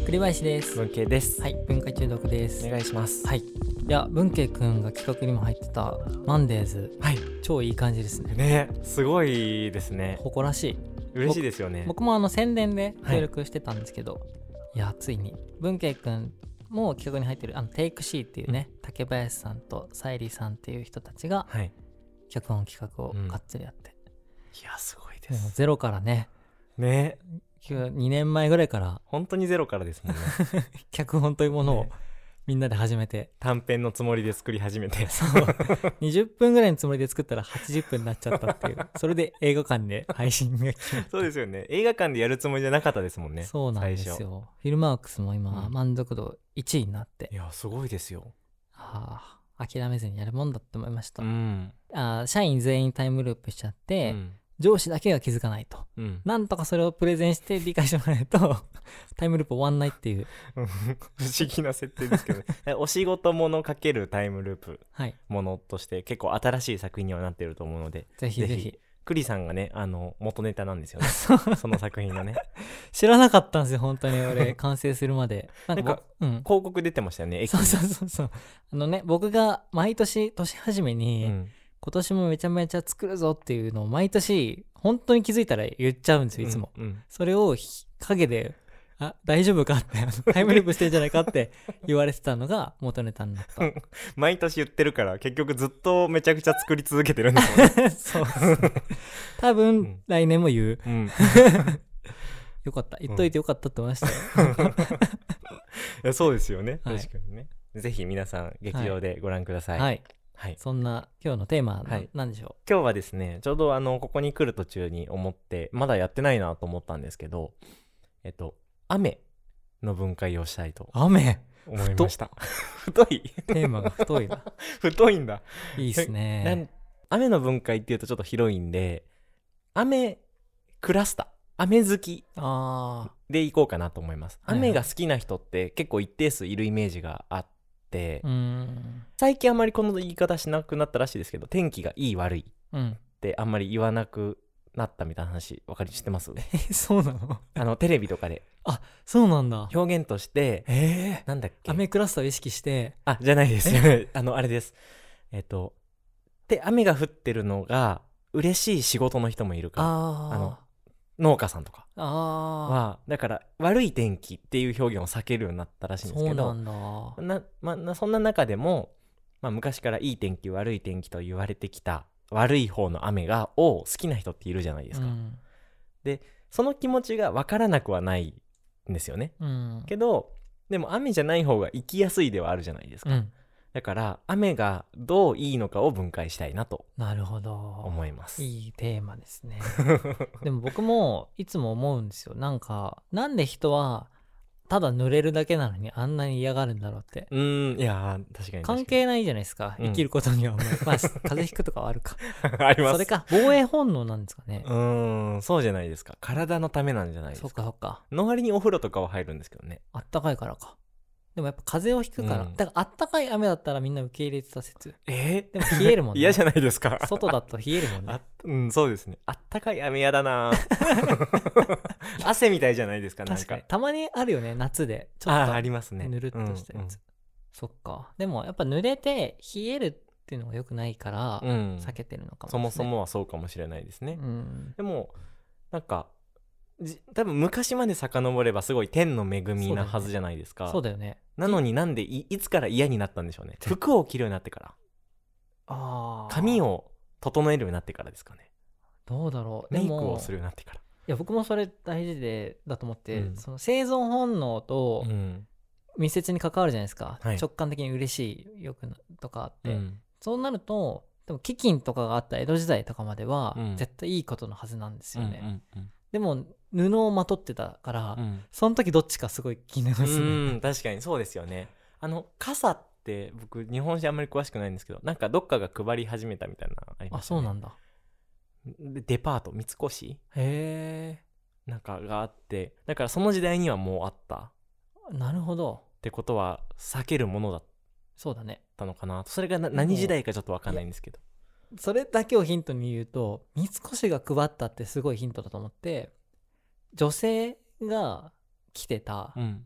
栗林です。 文系です。 はい、文化中毒です。 お願いします。 はい。いや、文系くんが企画にも入ってたマンデーズ、 はい、 超いい感じですね。 ね、すごいですね。 誇らしい。 嬉しいですよね。 僕も宣伝で協力してたんですけど、いやついに文系くんも企画に入ってるテイクシーっていうね、竹林さんとさゆりさんっていう人たちが脚本企画をがっつりやって、 いやすごいです。 もゼロからね2年前ぐらいから本当にゼロからですもんね脚本というものをみんなで始めて、 短編のつもりで作り始めてそう20分ぐらいのつもりで作ったら80分になっちゃったっていうそれで映画館で配信が決まったそうですよね。映画館でやるつもりじゃなかったですもんね。 そうなんですよ。フィルマークスも今、満足度1位になって、 いやすごいですよ。 諦めずにやるもんだって思いました。 うん、 社員全員タイムループしちゃって、上司だけが気づかないと、なんとかそれをプレゼンして理解してもらえるとタイムループ終わんないっていう不思議な設定ですけど、ね、お仕事ものかけるタイムループものとして結構新しい作品にはなっていると思うので、 ぜひぜひ。 栗さんがね元ネタなんですよねその作品のね知らなかったんですよ本当に俺完成するまでなんか、広告出てましたよね。駅に。 そう僕が毎年年始めに、今年もめちゃめちゃ作るぞっていうのを毎年本当に気づいたら言っちゃうんですよいつも、それを陰で大丈夫かってタイムループしてるんじゃないかって言われてたのが元ネタになった毎年言ってるから結局ずっとめちゃくちゃ作り続けてるんですよねそう多分、来年も言う、よかった言っといてよかったって思いましたよ、 いやそうですよね、確かにね。ぜひ皆さん劇場でご覧ください。 はいそんな今日のテーマは何でしょう。 今日はですね、ちょうどここに来る途中に思ってまだやってないなと思ったんですけど、雨の分解をしたいと思いました。太いテーマが太いな太いんだ。 いいっすね。 雨の分解っていうとちょっと広いんで、雨クラスター、雨好きでいこうかなと思います。雨が好きな人って結構一定数いるイメージがあって、最近あまりこの言い方しなくなったらしいですけど、天気がいい悪いってあんまり言わなくなったみたいな話知ってます？ そうなの？ テレビとかで。 そうなんだ。 表現として、なんだっけ、 雨クラスターを意識して。 じゃないですよねあれです。で雨が降ってるのが嬉しい仕事の人もいるから、農家さんとかはだから悪い天気っていう表現を避けるようになったらしいんですけど、そんな中でも、昔からいい天気悪い天気と言われてきた悪い方の雨を好きな人っているじゃないですか、でその気持ちが分からなくはないんですよね、けどでも雨じゃない方が生きやすいではあるじゃないですか、だから雨がどういいのかを分解したいなと思います。 いいテーマですねでも僕もいつも思うんですよ。なんで人はただ濡れるだけなのにあんなに嫌がるんだろうって。 いや確かに関係ないじゃないですか、生きることには。風邪ひくとかはあるかあります。 それか防衛本能なんですかね。 そうじゃないですか。体のためなんじゃないですか。 そっかの割にお風呂とかは入るんですけどね。 あったかいからか。でもやっぱ風邪をひくから、だからあったかい雨だったらみんな受け入れてた説。でも冷えるもんね。 嫌じゃないですか。 外だと冷えるもんね。 そうですね。あったかい雨嫌だな汗みたいじゃないですか。 確かにたまにあるよね、夏でちょっとありますね、 ぬるっとしたやつ、そっか。でもやっぱ濡れて冷えるっていうのが良くないから、避けてるのかもしれない。 そもそもはそうかもしれないですね、でも多分昔まで遡ればすごい天の恵みなはずじゃないですか。 そうだよね。 なのになんで いつから嫌になったんでしょうね。服を着るようになってから、髪を整えるようになってからですかね。 どうだろう。 メイクをするようになってから。 いや僕もそれ大事だと思って、その生存本能と密接に関わるじゃないですか、直感的に嬉しい欲とかあって、そうなるとでも飢饉とかがあった江戸時代とかまでは、絶対いいことのはずなんですよね、でも布をまとってたから、その時どっちかすごい気になりますね。 確かにそうですよね。傘って僕日本史あんまり詳しくないんですけど、なんかどっかが配り始めたみたいなのありましたね。 そうなんだ。 でデパート三越なんかがあって、だからその時代にはもうあった。 なるほど。 ってことは避けるものだったのかな。それが何時代かちょっと分かんないんですけど、 それだけをヒントに言うと三越が配ったってすごいヒントだと思って、女性が着てた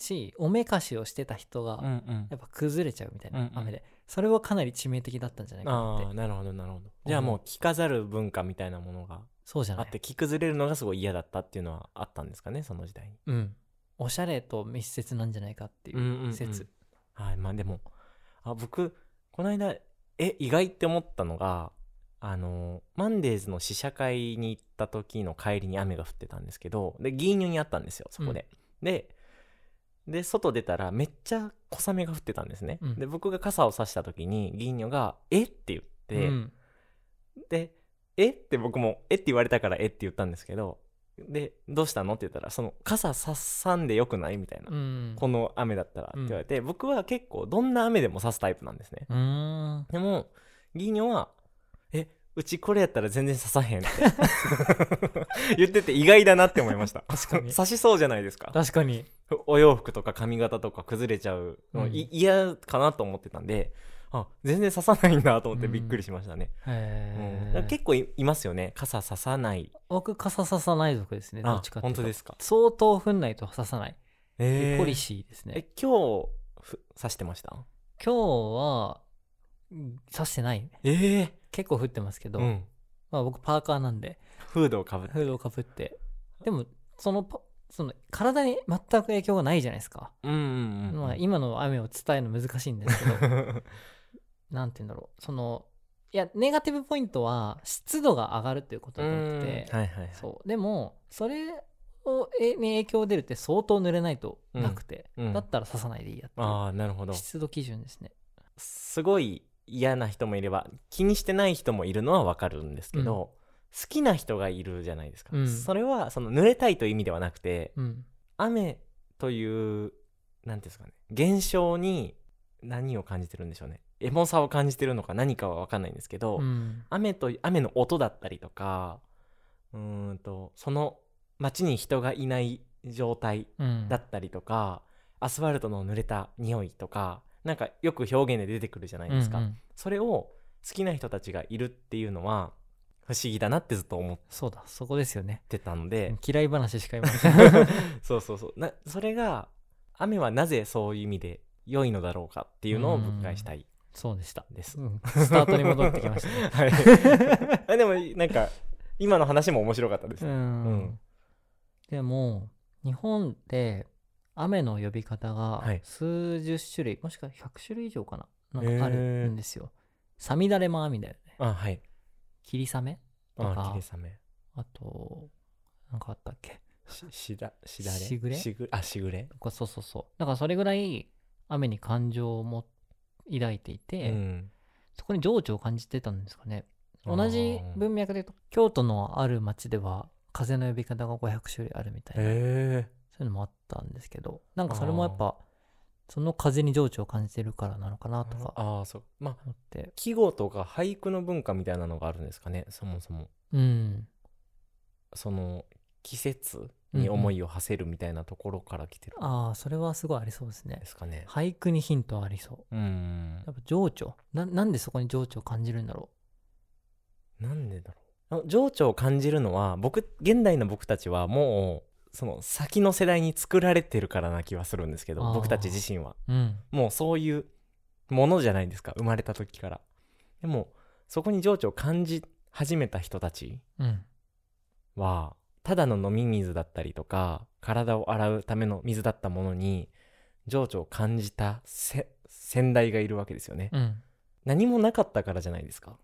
し、おめかしをしてた人がやっぱ崩れちゃうみたいな雨で、それはかなり致命的だったんじゃないかなって。 あ、なるほどなるほど。じゃあもう着飾る文化みたいなものがあって着崩れるのがすごい嫌だったっていうのはあったんですかね、その時代に。 うん、おしゃれと密接なんじゃないかっていう説。 はい。まあでも僕この間意外って思ったのが、マンデーズの試写会に行った時の帰りに雨が降ってたんですけど、でギーニョにあったんですよそこで、で外出たらめっちゃ小雨が降ってたんですね、で僕が傘を差した時にギーニョが「えっ?」て言って、で「えっ?」て僕も「えっ?」て言われたから「えっ?」て言ったんですけど、でどうしたのって言ったら、その傘ささんでよくないみたいな、この雨だったらって言われて、僕は結構どんな雨でも差すタイプなんですね。でもギーニョはうちこれやったら全然刺さへんって言ってて意外だなって思いました。確かに刺しそうじゃないですか。 確かにお洋服とか髪型とか崩れちゃうの、嫌かなと思ってたんで、全然刺さないんだと思ってびっくりしましたね。結構 いますよね、傘刺さない。 僕傘刺さない族ですね、どっちかっていうと。 本当ですか。 相当降んないと刺さない、ポリシーですね。 今日刺してました？ 今日は刺してない。結構降ってますけど、まあ僕パーカーなんでフードをかぶって、でもその体に全く影響がないじゃないですか。まあ今の雨を伝えるの難しいんですけどなんて言うんだろう、いやネガティブポイントは湿度が上がるっていうことだと思ってて、そうでもそれに影響出るって相当濡れないとなくて、だったら刺さないでいいやっていう。なるほど、湿度基準ですね。 すごい嫌な人もいれば気にしてない人もいるのは分かるんですけど、好きな人がいるじゃないですか、それはその濡れたいという意味ではなくて、雨というなんていうんですかね、現象に何を感じてるんでしょうね。エモさを感じてるのか何かは分かんないんですけど、雨の音だったりとか、その街に人がいない状態だったりとか、アスファルトの濡れた匂いとか、なんかよく表現で出てくるじゃないですか、それを好きな人たちがいるっていうのは不思議だなってずっと思ってそうだ、そこですよね。 てたので、 嫌い話しか言いませんそうそれが雨はなぜそういう意味で良いのだろうかっていうのを分解したい。 そうでしたです、 スタートに戻ってきましたねはいでもなんか今の話も面白かったです。 でも日本って雨の呼び方が数十種類、もしくは100種類以上かな、なんかあるんですよ。さみだれも雨だよね。霧雨とか、あとなんかあったっけ、 しぐれとか、そうだからそれぐらい雨に感情を抱いていて、そこに情緒を感じてたんですかね。同じ文脈で言うと京都のある町では風の呼び方が500種類あるみたいな、そういうのもあったんですけど、なんかそれもやっぱその風に情緒を感じてるからなのかなとかそう、まあ季語とか俳句の文化みたいなのがあるんですかね、そもそも。その季節に思いを馳せるみたいなところから来てる。 それはすごいありそうですね。 ですかね。 俳句にヒントありそう。やっぱ情緒なんでそこに情緒を感じるんだろう。なんでだろう。情緒を感じるのは現代の僕たちはもうその先の世代に作られてるからな気はするんですけど、僕たち自身は、もうそういうものじゃないですか、生まれた時から。でもそこに情緒を感じ始めた人たちは、ただの飲み水だったりとか体を洗うための水だったものに情緒を感じた先代がいるわけですよね。何もなかったからじゃないですか。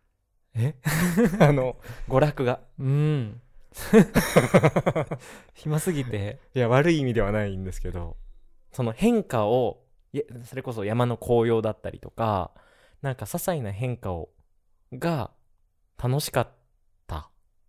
娯楽が暇すぎて。 いや悪い意味ではないんですけど、その変化をそれこそ山の紅葉だったりとか、なんか些細な変化が楽しかった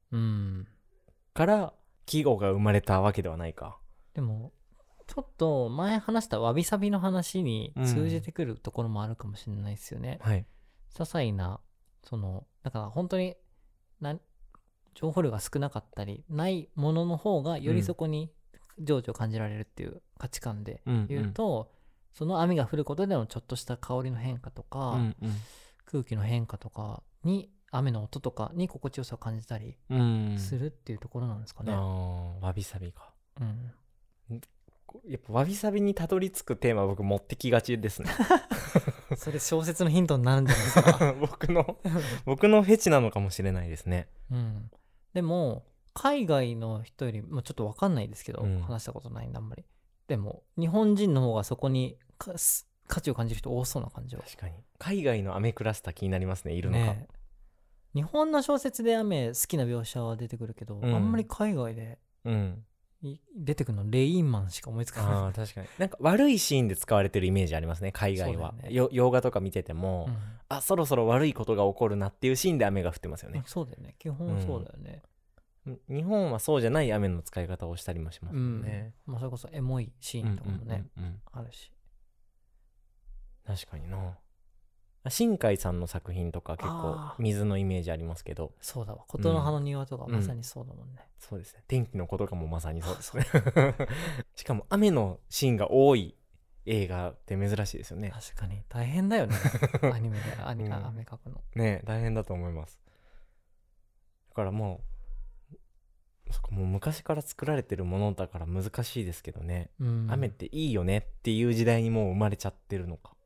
から季語が生まれたわけではないか。 でもちょっと前話したわびさびの話に通じてくるところもあるかもしれないですよね。些細なだから本当に情報量が少なかったりないものの方がよりそこに情緒を感じられるっていう価値観で言うと、その雨が降ることでのちょっとした香りの変化とか、空気の変化とかに、雨の音とかに心地よさを感じたりするっていうところなんですかね。 わびさびか。 やっぱわびさびにたどり着くテーマ僕持ってきがちですねそれ小説のヒントになるんじゃないですか僕のフェチなのかもしれないですね。 でも海外の人よりもちょっと分かんないですけど、話したことないんであんまり。でも日本人の方がそこに価値を感じる人多そうな感じは。確かに海外の雨クラスター気になりますね。いるのか、ね、 日本の小説で雨好きな描写は出てくるけど、あんまり海外で、出てくるのレインマンしか思いつかない。 確かになんか悪いシーンで使われてるイメージありますね海外は、洋画とか見てても、そろそろ悪いことが起こるなっていうシーンで雨が降ってますよね。 そうだよね、基本そうだよね。 日本はそうじゃない雨の使い方をしたりもしますよね。 それこそエモいシーンとかもね、あるし。 確かにな。新海さんの作品とか結構水のイメージありますけど。 そうだわ、琴の葉の庭とかまさにそうだもんね。 そうですね、天気の子とかもまさにそうですねしかも雨のシーンが多い映画って珍しいですよね。 確かに大変だよねアニメで雨描くのね。大変だと思います。だからもう昔から作られてるものだから難しいですけどね、雨っていいよねっていう時代にもう生まれちゃってるのか、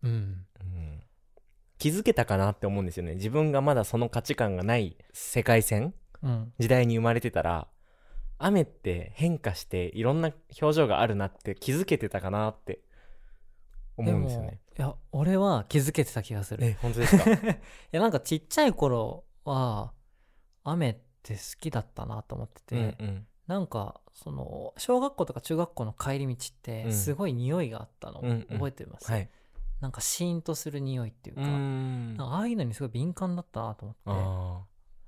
気づけたかなって思うんですよね。自分がまだその価値観がない世界線、時代に生まれてたら雨って変化していろんな表情があるなって気づけてたかなって思うんですよね。 いや俺は気づけてた気がする。 本当ですかいやなんかちっちゃい頃は雨って好きだったなと思ってて、なんかその小学校とか中学校の帰り道ってすごい匂いがあったの、覚えてます、なんかシーンとする匂いっていうか、ああいうのにすごい敏感だったなと思って。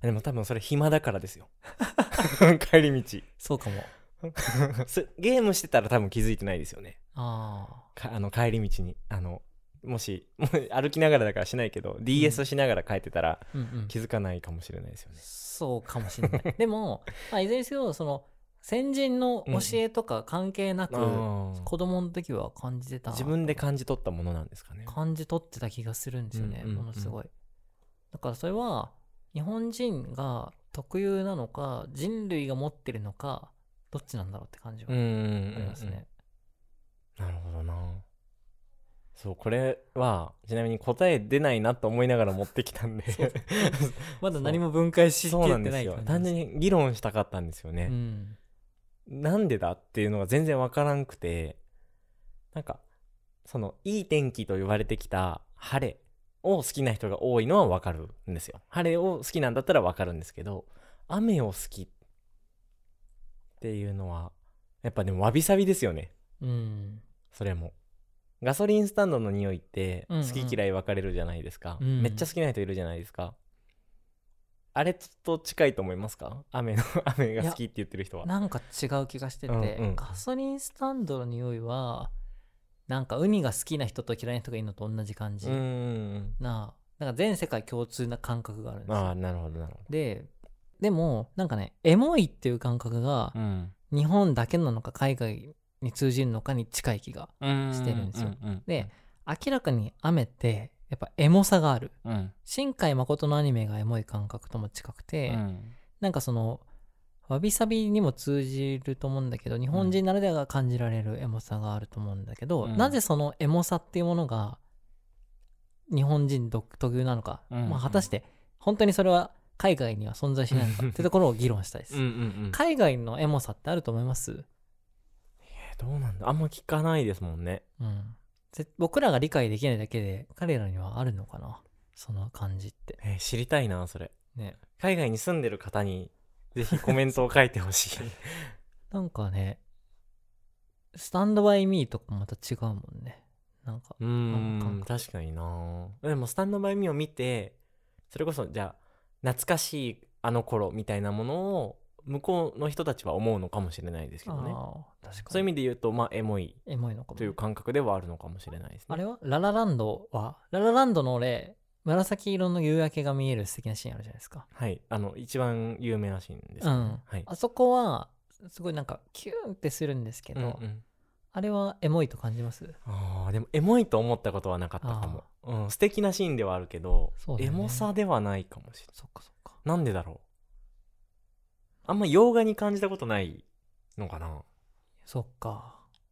でも多分それ暇だからですよ帰り道。 そうかもゲームしてたら多分気づいてないですよね。帰り道にもし歩きながらだからしないけど、DS しながら帰ってたら気づかないかもしれないですよね。 そうかもしれないでも、いずれにせよその先人の教えとか関係なく、子供の時は感じてた。 自分で感じ取ったものなんですかね。 感じ取ってた気がするんですよね、ものすごい。だからそれは日本人が特有なのか人類が持ってるのかどっちなんだろうって感じはありますね。 なるほどな。そう、これはちなみに答え出ないなと思いながら持ってきたんでまだ何も分解しきれてない。そうなんですよ。 単純に議論したかったんですよね、なんでだっていうのが全然わからんくて、なんかそのいい天気と言われてきた晴れを好きな人が多いのはわかるんですよ。晴れを好きなんだったらわかるんですけど、雨を好きっていうのはやっぱでもわびさびですよね。それもガソリンスタンドの匂いって好き嫌い分かれるじゃないですか、めっちゃ好きな人いるじゃないですか。あれと近いと思いますか？雨が好きって言ってる人は。 なんか違う気がしてて、ガソリンスタンドの匂いはなんかウニが好きな人と嫌いな人がいるのと同じ感じなんか全世界共通な感覚があるんですよ。 なるほど。 でもなんかね、エモいっていう感覚が日本だけなのか海外に通じるのかに近い気がしてるんですよ。で、明らかに雨ってやっぱエモさがある、新海誠のアニメがエモい感覚とも近くて、なんかそのわびさびにも通じると思うんだけど、日本人ならではが感じられるエモさがあると思うんだけど、なぜそのエモさっていうものが日本人特有なのか、果たして本当にそれは海外には存在しないのかってところを議論したいです。海外のエモさってあると思います？ どうなんだ、あんま聞かないですもんね。 僕らが理解できないだけで彼らにはあるのかな、その感じって。 知りたいなそれね。海外に住んでる方にぜひコメントを書いてほしいなんかね、スタンドバイミーとかまた違うもんね。なんか確かにな。でもスタンドバイミーを見て、それこそじゃあ懐かしいあの頃みたいなものを向こうの人たちは思うのかもしれないですけどね。確かにそういう意味で言うと、エモいのかもという感覚ではあるのかもしれないですね。 あれはララランドの俺紫色の夕焼けが見える素敵なシーンあるじゃないですか。 はい、一番有名なシーンですね、 あそこはすごいなんかキューンってするんですけど、あれはエモいと感じます？ でもエモいと思ったことはなかったかも。素敵なシーンではあるけど、エモさではないかもしれない。 そっかなんでだろう。あんま洋画に感じたことないのかな。 そっか。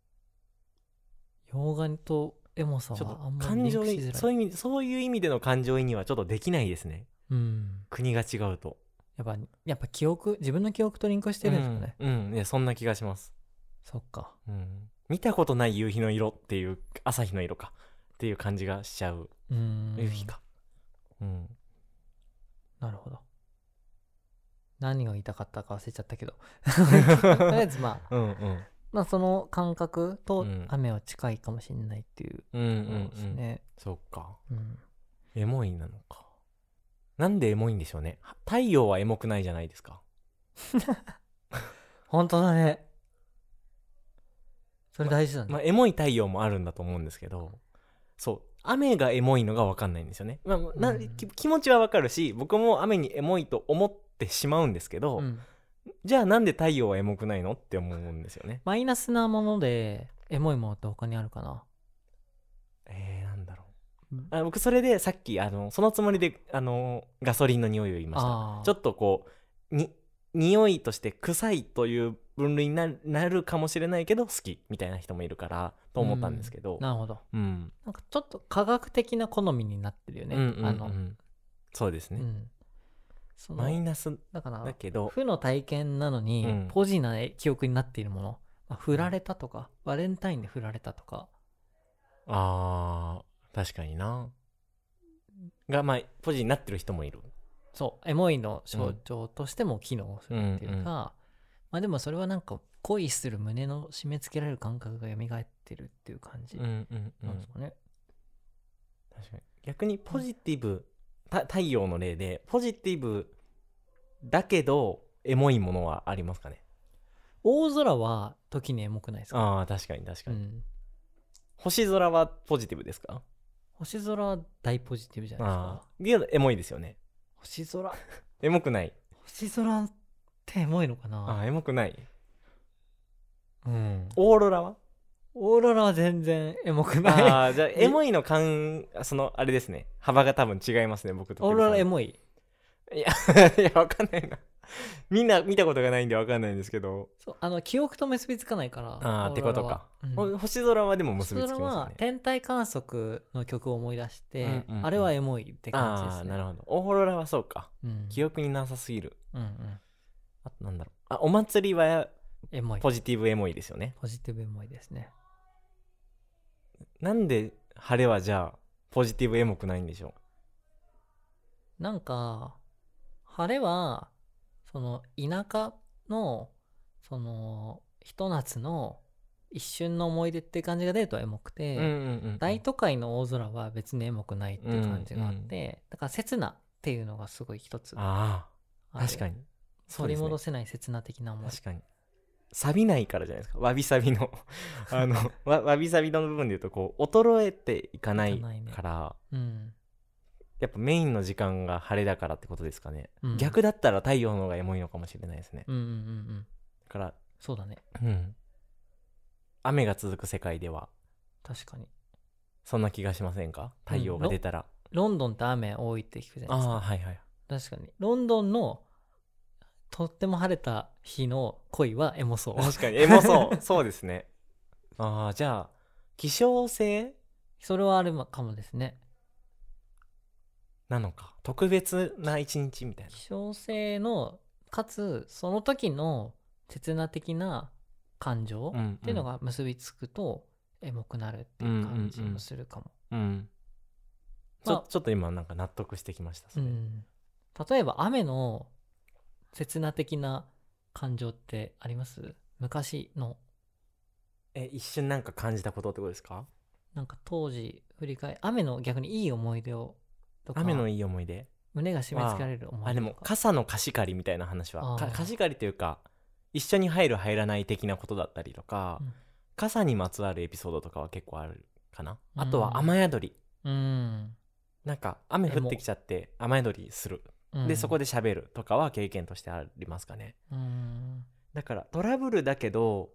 洋画とエモさはあんまりリンクしづらい。 そういう意味での感情移入はちょっとできないですね。 うん、 国が違うとやっぱ自分の記憶とリンクしてるんですかね。 いやそんな気がします。 そっか、 見たことない夕日の色っていう朝日の色かっていう感じがしちゃう。夕日か。 なるほど。何が言いたかったか忘れちゃったけどとりあえずまあその感覚と雨は近いかもしれないっていうですね。 そっか、エモいなのか。なんでエモいんでしょうね。太陽はエモくないじゃないですか本当だね。それ大事だね。 エモい太陽もあるんだと思うんですけど、そう雨がエモいのが分かんないんですよね。気持ちは分かるし、僕も雨にエモいと思ってしまうんですけど、じゃあなんで太陽はエモくないのって思うんですよね。 マイナスなものでエモいものって他にあるかな。 なんだろう。僕それでさっきそのつもりでガソリンの匂いを言いました。ちょっとこう匂いとして臭いという分類になるかもしれないけど好きみたいな人もいるからと思ったんですけど、 なるほど、なんかちょっと科学的な好みになってるよね。 そうですね、マイナスだけど負の体験なのに、ポジな記憶になっているもの、振られたとか、バレンタインで振られたとか、 確かにながポジになってる人もいる。 そうエモいの象徴としても機能するっていうか、でもそれはなんか恋する胸の締め付けられる感覚が蘇ってるっていう感じなんですかね。 確かに逆にポジティブ、太陽の例でポジティブだけどエモいものはありますかね。 大空は時にエモくないですか。 確かに、星空はポジティブですか。 星空は大ポジティブじゃないですか。 いやエモいですよね。 星空エモくない。 星空ってエモいのかな。 エモくない。オーロラは全然エモくない。 じゃあエモいのあれですね、幅が多分違いますね、僕と。 オーロラエモい。 いや分かんないなみんな見たことがないんで分かんないんですけど、 記憶と結びつかないから。 ってことか、星空はでも結びつきますよね。 星空は天体観測の曲を思い出して、あれはエモいって感じですね。 なるほど。オーロラはそうか、記憶になさすぎる。あとなんだろう、お祭りはエモい、ポジティブエモいですよね。 ポジティブエモいですね。 なんで晴れはじゃあポジティブエモくないんでしょう。なんか晴れはその田舎のそのひと夏の一瞬の思い出って感じが出るとエモくて、大都会の大空は別にエモくないっていう感じがあって、だから刹那っていうのがすごい一つ。 確かに取り戻せない刹那的な思い。 確かに錆びないからじゃないですか。わびさびのわびさびの部分でいうとこう衰えていかないから、やっぱメインの時間が晴れだからってことですかね。逆だったら太陽の方がエモいのかもしれないですね。だからそうだね。 雨が続く世界では確かにそんな気がしませんか。太陽が出たら、 ロンドンって雨多いって聞くじゃないですか。確かにロンドンのとっても晴れた日の恋はエモそう。 確かにエモそうそうですね。じゃあ希少性、 それはあるかもですね。 なのか、特別な一日みたいな。 希少性のかつその時の刹那的な感情っていうのが結びつくとエモくなるっていう感じもするかも。 ちょっと今なんか納得してきました。 例えば雨の刹那的な感情ってあります？昔の一瞬なんか感じたことってことですか？ なんか当時振り返雨の逆にいい思い出をとか、 雨のいい思い出、 胸が締め付けられる思い出とか。 でも傘の貸し借りみたいな話は貸し借りというか一緒に入る入らない的なことだったりとか、傘にまつわるエピソードとかは結構あるかな。あとは雨宿り、なんか雨降ってきちゃって雨宿りする、でそこで喋るとかは経験としてありますかね。だからトラブルだけど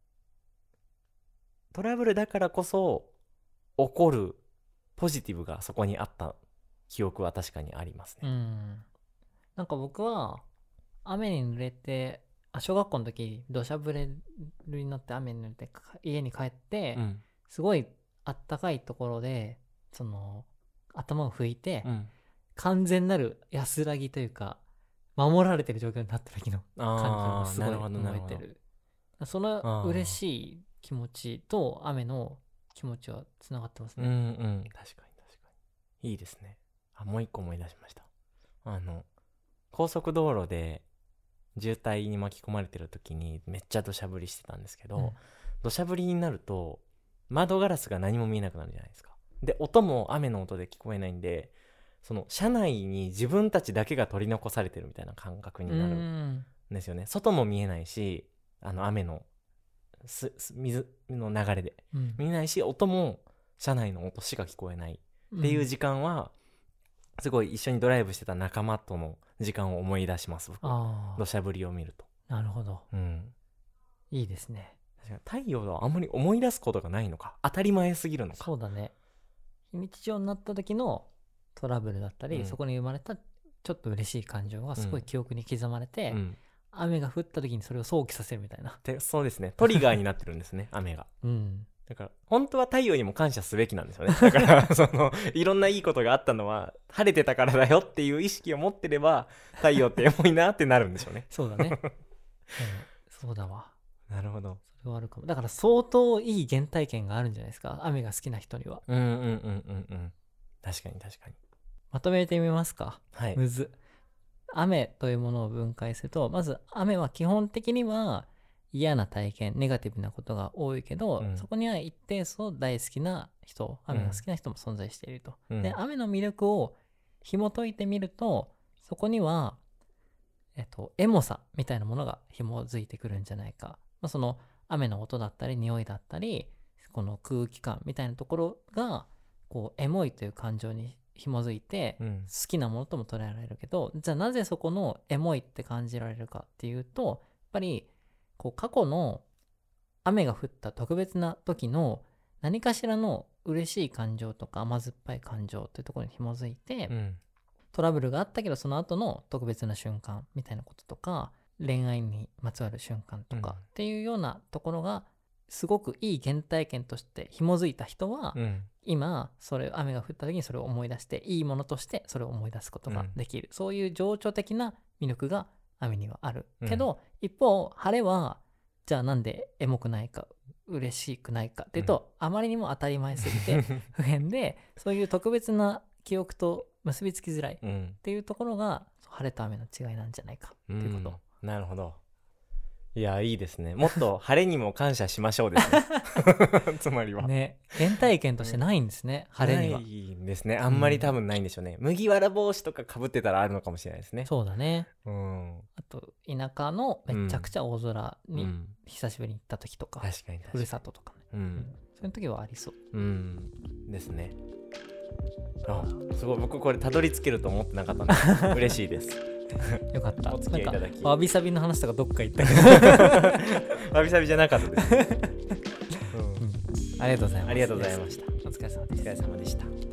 トラブルだからこそ起こるポジティブがそこにあった記憶は確かにありますね。 なんか僕は雨に濡れて小学校の時土砂降りになって雨に濡れて家に帰って、 すごいあったかいところでその頭を拭いて、完全なる安らぎというか守られてる状況になった時の感じがすごい覚えてる。その嬉しい気持ちと雨の気持ちはつながってますね。 確かにいいですね。もう一個思い出しました。高速道路で渋滞に巻き込まれてる時にめっちゃ土砂降りしてたんですけど、土砂降りになると窓ガラスが何も見えなくなるじゃないですか。で音も雨の音で聞こえないんで、その車内に自分たちだけが取り残されてるみたいな感覚になるんですよね。外も見えないし、雨の水の流れで、見えないし、音も車内の音しか聞こえないっていう時間は、すごい一緒にドライブしてた仲間との時間を思い出します。僕土砂降りを見ると。 なるほど、いいですね。 確かに太陽はあんまり思い出すことがないのか、当たり前すぎるのか。 そうだね。非日常になった時のトラブルだったり、そこに生まれたちょっと嬉しい感情がすごい記憶に刻まれて、雨が降った時にそれを想起させるみたいな。 そうですね、トリガーになってるんですね雨が。だから本当は太陽にも感謝すべきなんですよね。だからいろんないいことがあったのは晴れてたからだよっていう意識を持ってれば、太陽ってエモいなってなるんでしょうね。 そうだね、そうだわ。 なるほど。 それはあるかも。だから相当いい原体験があるんじゃないですか、雨が好きな人には。 確かにまとめてみますか。 むず。雨というものを分解すると、まず雨は基本的には嫌な体験、ネガティブなことが多いけど、そこには一定数大好きな人、雨が好きな人も存在していると。で、雨の魅力を紐解いてみると、そこにはエモさみたいなものが紐づいてくるんじゃないか。その雨の音だったり匂いだったり、この空気感みたいなところがこうエモいという感情に紐づいて、好きなものとも捉えられるけど、じゃあなぜそこのエモいって感じられるかっていうと、やっぱりこう過去の雨が降った特別な時の何かしらの嬉しい感情とか甘酸っぱい感情っていうところに紐づいて、トラブルがあったけどその後の特別な瞬間みたいなこととか、恋愛にまつわる瞬間とかっていうようなところがすごくいい原体験として紐づいた人は、今それ雨が降った時にそれを思い出して、いいものとしてそれを思い出すことができる、そういう情緒的な魅力が雨にはあるけど、一方晴れはじゃあなんでエモくないか嬉しくないかっていうと、あまりにも当たり前すぎて不変で、そういう特別な記憶と結びつきづらいっていうところが、晴れと雨の違いなんじゃないかっていうこと。 なるほど。いや、いいですね。もっと晴れにも感謝しましょうですね。つまりはね、原体験としてないんですね、晴れには。 ないんですね。あんまり多分ないんでしょうね。麦わら帽子とか被ってたらあるのかもしれないですね。 そうだね。あと田舎のめちゃくちゃ大空に久しぶりに行った時とか、ふるさととかね、そういう時はありそう。 ですね。すごい、僕これたどり着けると思ってなかったので嬉しいです。 よかった。 お付き合いいただき。 わびさびの話とかどっか行ったけどわびさびじゃなかったです、 ありがとうございます。 ありがとうございました。 お疲れ様です。 お疲れ様でした。